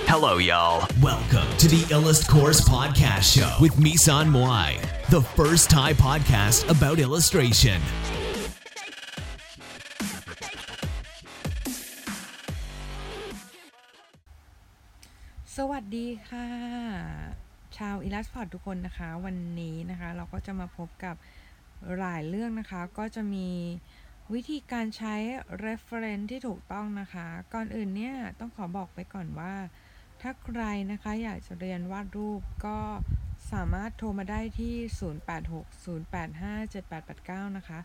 Hello, y'all. Welcome to the Illust Course Podcast Show with Misan Moai, the first Thai podcast about illustration. สวัสดีค่ะชาว Illustrator ทุกคนนะคะวันนี้นะคะเราก็จะมาพบกับหลายเรื่องนะคะก็จะมีวิธีการใช้ reference ที่ถูกต้องนะคะก่อนอื่นเนี่ยต้องขอบอกไปก่อนว่าถ้าใครนะคะอยากจะเรียนวาดรูปก็สามารถโทรมาได้ที่0860857889นะคะ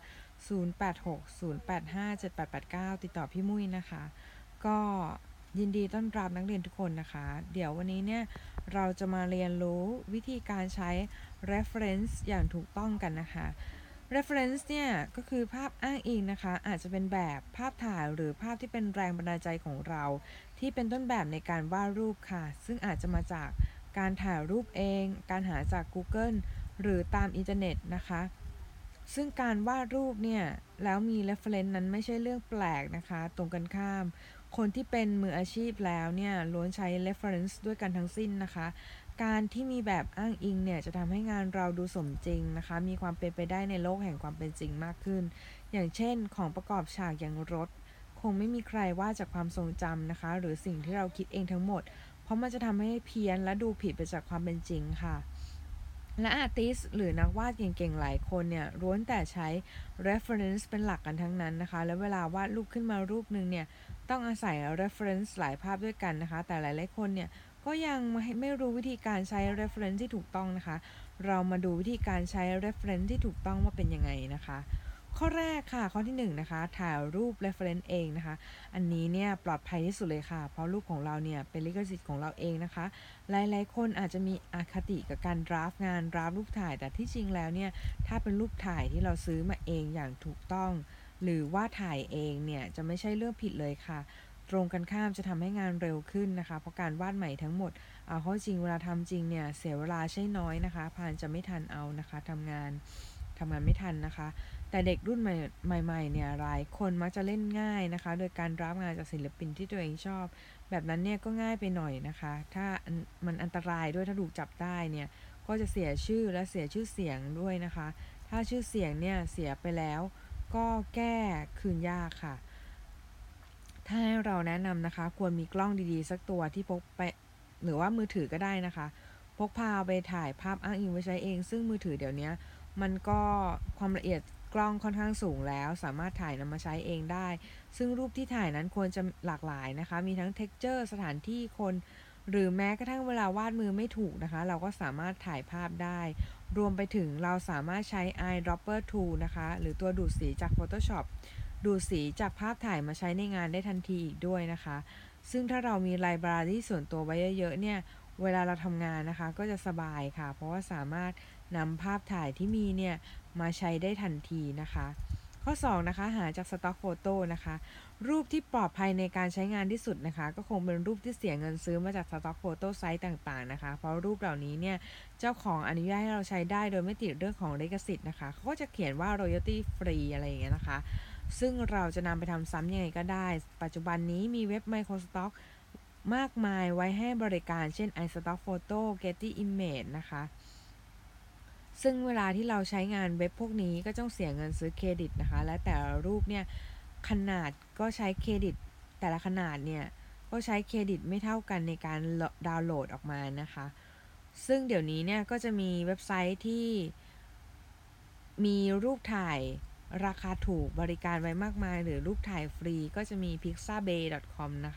0860857889ติดต่อพี่มุ้ยนะคะก็ยินดีต้อนรับนักเรียนทุกคนนะคะเดี๋ยววันนี้เนี่ยเราจะมาเรียนรู้วิธีการใช้ reference อย่างถูกต้องกันนะคะ reference เนี่ยก็คือภาพอ้างอิงนะคะอาจจะเป็นแบบภาพถ่ายหรือภาพที่เป็นแรงบันดาลใจของเราที่เป็นต้นแบบในการวาดรูปค่ะซึ่งอาจจะมาจากการถ่ายรูปเองการหาจาก Google หรือตามอินเทอร์เน็ตนะคะซึ่งการวาดรูปเนี่ยแล้วมี reference นั้นไม่ใช่เรื่องแปลกนะคะตรงกันข้ามคนที่เป็นมืออาชีพแล้วเนี่ยล้วนใช้ reference ด้วยกันทั้งสิ้นนะคะการที่มีแบบอ้างอิงเนี่ยจะทำให้งานเราดูสมจริงนะคะมีความเป็นไปได้ในโลกแห่งความเป็นจริงมากขึ้นอย่างเช่นของประกอบฉากอย่างรถคงไม่มีใครวาดจากความทรงจำนะคะหรือสิ่งที่เราคิดเองทั้งหมดเพราะมันจะทำให้เพี้ยนและดูผิดไปจากความเป็นจริงค่ะและอาร์ติสต์หรือนักวาดเก่งๆหลายคนเนี่ยล้วนแต่ใช้ reference เป็นหลักกันทั้งนั้นนะคะและเวลาวาดรูปขึ้นมารูปนึงเนี่ยต้องอาศัย reference หลายภาพด้วยกันนะคะแต่หลายๆคนเนี่ยก็ยังไม่รู้วิธีการใช้ reference ที่ถูกต้องนะคะเรามาดูวิธีการใช้ reference ที่ถูกต้องว่าเป็นยังไงนะคะข้อแรกค่ะข้อที่1นะคะถ่ายรูป reference เองนะคะอันนี้เนี่ยปลอดภัยที่สุดเลยค่ะเพราะรูปของเราเนี่ยเป็นลิขสิทธิ์ของเราเองนะคะหลายๆคนอาจจะมีอคติกับการดราฟงานดราฟรูปถ่ายแต่ที่จริงแล้วเนี่ยถ้าเป็นรูปถ่ายที่เราซื้อมาเองอย่างถูกต้องหรือว่าถ่ายเองเนี่ยจะไม่ใช่เรื่องผิดเลยค่ะตรงกันข้ามจะทำให้งานเร็วขึ้นนะคะเพราะการวาดใหม่ทั้งหมดข้อจริงเวลาทำจริงเนี่ยเสียเวลาใช่น้อยนะคะพานจะไม่ทันเอานะคะทำงานไม่ทันนะคะแต่เด็กรุ่นใหม่เนี่ยหลายคนมักจะเล่นง่ายนะคะโดยการรับงานจากศิลปินที่ตัวเองชอบแบบนั้นเนี่ยก็ง่ายไปหน่อยนะคะถ้ามันอันตรายด้วยถ้าถูกจับได้เนี่ยก็จะเสียชื่อและเสียชื่อเสียงด้วยนะคะถ้าชื่อเสียงเนี่ยเสียไปแล้วก็แก้คืนยากค่ะถ้าให้เราแนะนำนะคะควรมีกล้องดีๆสักตัวที่พกไปหรือว่ามือถือก็ได้นะคะพกพาไปถ่ายภาพอ้างอิงไว้ใช้เองซึ่งมือถือเดี๋ยวนี้มันก็ความละเอียดกล้องค่อนข้างสูงแล้วสามารถถ่ายนำมาใช้เองได้ซึ่งรูปที่ถ่ายนั้นควรจะหลากหลายนะคะมีทั้ง texture สถานที่คนหรือแม้กระทั่งเวลาวาดมือไม่ถูกนะคะเราก็สามารถถ่ายภาพได้รวมไปถึงเราสามารถใช้ eyedropper tool นะคะหรือตัวดูดสีจาก Photoshop ดูดสีจากภาพถ่ายมาใช้ในงานได้ทันทีอีกด้วยนะคะซึ่งถ้าเรามีไลบรารีส่วนตัวไว้เยอะๆเนี่ยเวลาเราทำงานนะคะก็จะสบายค่ะเพราะว่าสามารถนำภาพถ่ายที่มีเนี่ยมาใช้ได้ทันทีนะคะข้อ2นะคะหาจากสต็อกโฟโต้นะคะรูปที่ปลอดภัยในการใช้งานที่สุดนะคะก็คงเป็นรูปที่เสียเงินซื้อมาจากสต็อกโฟโต้ไซต์ต่างๆนะคะเพราะรูปเหล่านี้เนี่ยเจ้าของอนุญาตให้เราใช้ได้โดยไม่ติดเรื่องของลิขสิทธิ์นะคะเขาก็จะเขียนว่า royalty free อะไรอย่างเงี้ยนะคะซึ่งเราจะนำไปทำซ้ำยังไงก็ได้ปัจจุบันนี้มีเว็บ Microstock มากมายไว้ให้บริการเช่น iStock Photo Getty Image นะคะซึ่งเวลาที่เราใช้งานเว็บพวกนี้ก็ต้องเสียเงินซื้อเครดิตนะคะและแต่ละรูปเนี่ยขนาดก็ใช้เครดิตแต่ละขนาดเนี่ยก็ใช้เครดิตไม่เท่ากันในการดาวน์โหลดออกมานะคะซึ่งเดี๋ยวนี้เนี่ยก็จะมีเว็บไซต์ที่มีรูปถ่ายราคาถูกบริการไว้มากมายหรือรูปถ่ายฟรีก็จะมี pixabay.com นะคะ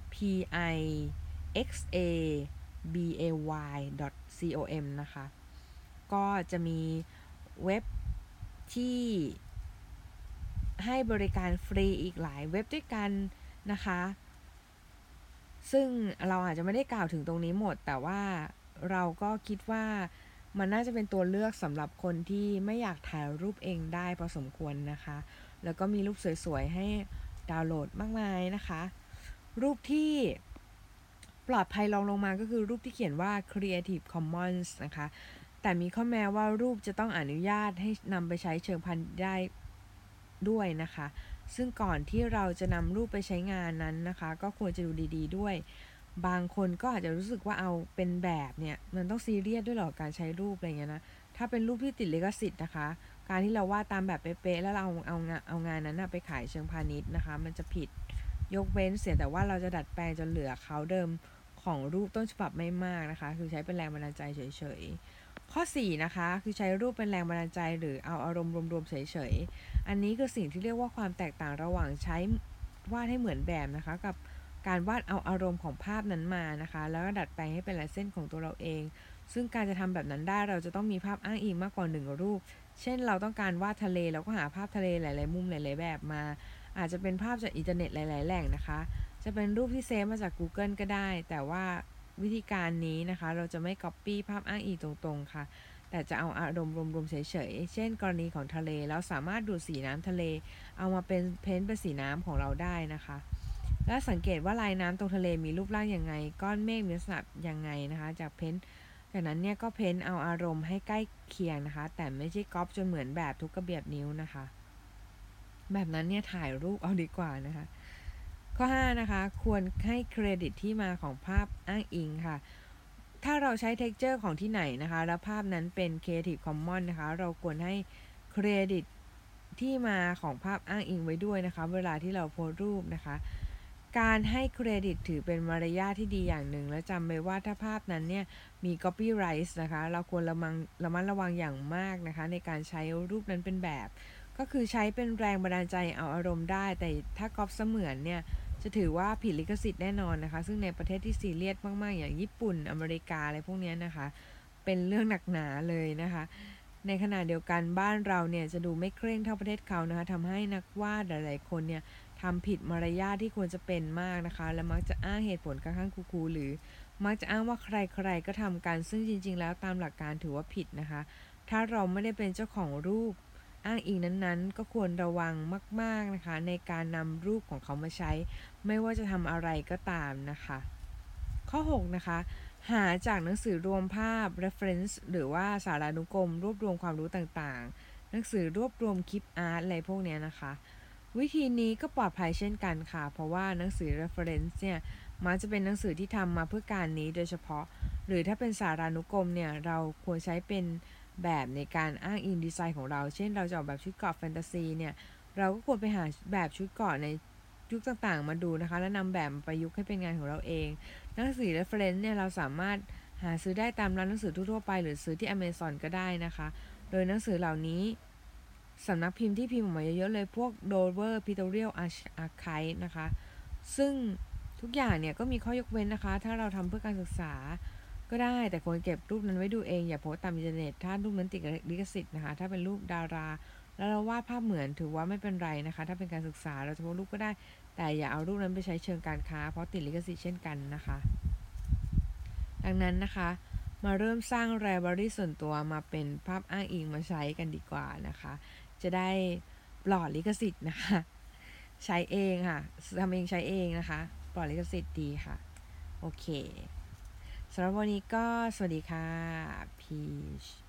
pixabay.com นะคะก็จะมีเว็บที่ให้บริการฟรีอีกหลายเว็บด้วยกันนะคะซึ่งเราอาจจะไม่ได้กล่าวถึงตรงนี้หมดแต่ว่าเราก็คิดว่ามันน่าจะเป็นตัวเลือกสำหรับคนที่ไม่อยากถ่ายรูปเองได้พอสมควรนะคะแล้วก็มีรูปสวยๆให้ดาวน์โหลดมากมายนะคะรูปที่ปลอดภัยรองลงมาก็คือรูปที่เขียนว่า Creative Commons นะคะแต่มีข้อแม้ว่ารูปจะต้องอนุญาตให้นำไปใช้เชิงพาณิชย์ได้ด้วยนะคะซึ่งก่อนที่เราจะนำรูปไปใช้งานนั้นนะคะก็ควรจะดูดีๆด้วยบางคนก็อาจจะรู้สึกว่าเอาเป็นแบบเนี่ยมันต้องซีเรียสด้วยหรอการใช้รูปอะไรเงี้ยนะถ้าเป็นรูปที่ติดลิขสิทธิ์นะคะการที่เราวาดตามแบบเป๊ะๆแล้วเราเอางานนั้นไปขายเชิงพาณิชย์นะคะมันจะผิดยกเว้นเสียแต่ว่าเราจะดัดแปลงจนเหลือเขาเดิมของรูปต้นฉบับไม่มากนะคะคือใช้เป็นแรงบันดาลใจเฉยๆข้อ4นะคะคือใช้รูปเป็นแรงบันดาลใจหรือเอาอารมณ์รวมๆเฉยๆอันนี้คือสิ่งที่เรียกว่าความแตกต่างระหว่างใช้วาดให้เหมือนแบบนะคะกับการวาดเอาอารมณ์ของภาพนั้นมานะคะแล้วก็ดัดแปลงให้เป็นลายเส้นของตัวเราเองซึ่งการจะทำแบบนั้นได้เราจะต้องมีภาพอ้างอิงมากกว่า1รูปเช่นเราต้องการวาดทะเลเราก็หาภาพทะเลหลายๆมุมหลายๆแบบมาอาจจะเป็นภาพจากอินเทอร์เน็ตหลายๆแหล่งนะคะจะเป็นรูปที่เซฟมาจาก Google ก็ได้แต่ว่าวิธีการนี้นะคะเราจะไม่ copy ภาพอ้างอิงตรงๆค่ะแต่จะเอาอารมณ์รวมๆเฉยๆเช่นกรณีของทะเลเราสามารถดูดสีน้ำทะเลเอามาเป็นเพ้นท์เป็นสีน้ำของเราได้นะคะและสังเกตว่าลายน้ำตรงทะเลมีรูปร่างยังไงก้อนเมฆมีลักษณะยังไงนะคะจากเพ้นท์จากนั้นเนี่ยก็เพ้นท์เอาอารมณ์ให้ใกล้เคียงนะคะแต่ไม่ใช่ก๊อปจนเหมือนแบบทุกกระเบียดนิ้วนะคะแบบนั้นเนี่ยถ่ายรูปเอาดีกว่านะคะข้อ5นะคะควรให้เครดิตที่มาของภาพอ้างอิงค่ะถ้าเราใช้ texture ของที่ไหนนะคะแล้วภาพนั้นเป็น Creative Commons นะคะเราควรให้เครดิตที่มาของภาพอ้างอิงไว้ด้วยนะคะเวลาที่เราโพสต์รูปนะคะการให้เครดิตถือเป็นมารยาทที่ดีอย่างหนึ่งและจำไว้ว่าถ้าภาพนั้นเนี่ยมี copyright นะคะเราควรระมัดระวังอย่างมากนะคะในการใช้รูปนั้นเป็นแบบก็คือใช้เป็นแรงบันดาลใจเอาอารมณ์ได้แต่ถ้าก๊อปเสมือนเนี่ยจะถือว่าผิดลิขสิทธิ์แน่นอนนะคะซึ่งในประเทศที่ซีเรียสมากๆอย่างญี่ปุ่นอเมริกาอะไรพวกนี้นะคะเป็นเรื่องหนักหนาเลยนะคะในขณะเดียวกันบ้านเราเนี่ยจะดูไม่เคร่งเท่าประเทศเขานะคะทำให้นักวาดหลายๆคนเนี่ยทำผิดมารยาทที่ควรจะเป็นมากนะคะและมักจะอ้างเหตุผลข้างๆคูๆหรือมักจะอ้างว่าใครๆก็ทำกันซึ่งจริงๆแล้วตามหลักการถือว่าผิดนะคะถ้าเราไม่ได้เป็นเจ้าของรูปอ้างอิงนั้นๆก็ควรระวังมากๆนะคะในการนำรูปของเขามาใช้ไม่ว่าจะทำอะไรก็ตามนะคะข้อ6นะคะหาจากหนังสือรวมภาพ reference หรือว่าสารานุกรมรวบรวมความรู้ต่างๆหนังสือรวบรวมคลิปอาร์ตอะไรพวกนี้นะคะวิธีนี้ก็ปลอดภัยเช่นกันค่ะเพราะว่าหนังสือ reference เนี่ยมักจะเป็นหนังสือที่ทำมาเพื่อการนี้โดยเฉพาะหรือถ้าเป็นสารานุกรมเนี่ยเราควรใช้เป็นแบบในการอ้างอิงดีไซน์ของเราเช่นเราจะออกแบบชุดเกราะแฟนตาซีเนี่ยเราก็ควรไปหาแบบชุดเกราะในยุคต่างๆมาดูนะคะและนำแบบมาประยุกต์ให้เป็นงานของเราเองหนังสือ reference เนี่ยเราสามารถหาซื้อได้ตามร้านหนังสือทั่วๆไปหรือซื้อที่ Amazon ก็ได้นะคะโดยหนังสือเหล่านี้สำนักพิมพ์ที่พิมพ์ออกมาเยอะๆเลยพวก Dover Pictorial Archive นะคะซึ่งทุกอย่างเนี่ยก็มีข้อยกเว้นนะคะถ้าเราทำเพื่อการศึกษาก็ได้แต่ควรเก็บรูปนั้นไว้ดูเองอย่าโพสต์ตามอินเทอร์เน็ตถ้ารูปนั้นติดลิขสิทธิ์นะคะถ้าเป็นรูปดาราแล้วเราวาดภาพเหมือนถือว่าไม่เป็นไรนะคะถ้าเป็นการศึกษาเราจะโพสต์รูปก็ได้แต่อย่าเอารูปนั้นไปใช้เชิงการค้าเพราะติดลิขสิทธิ์เช่นกันนะคะดังนั้นนะคะมาเริ่มสร้างไลบรารีส่วนตัวมาเป็นภาพอ้างอิงมาใช้กันดีกว่านะคะจะได้ปลอดลิขสิทธิ์นะคะใช้เองค่ะทำเองใช้เองนะคะปลอดลิขสิทธิ์ดีค่ะโอเคสำหรับวันนี้ก็สวัสดีค่ะพีช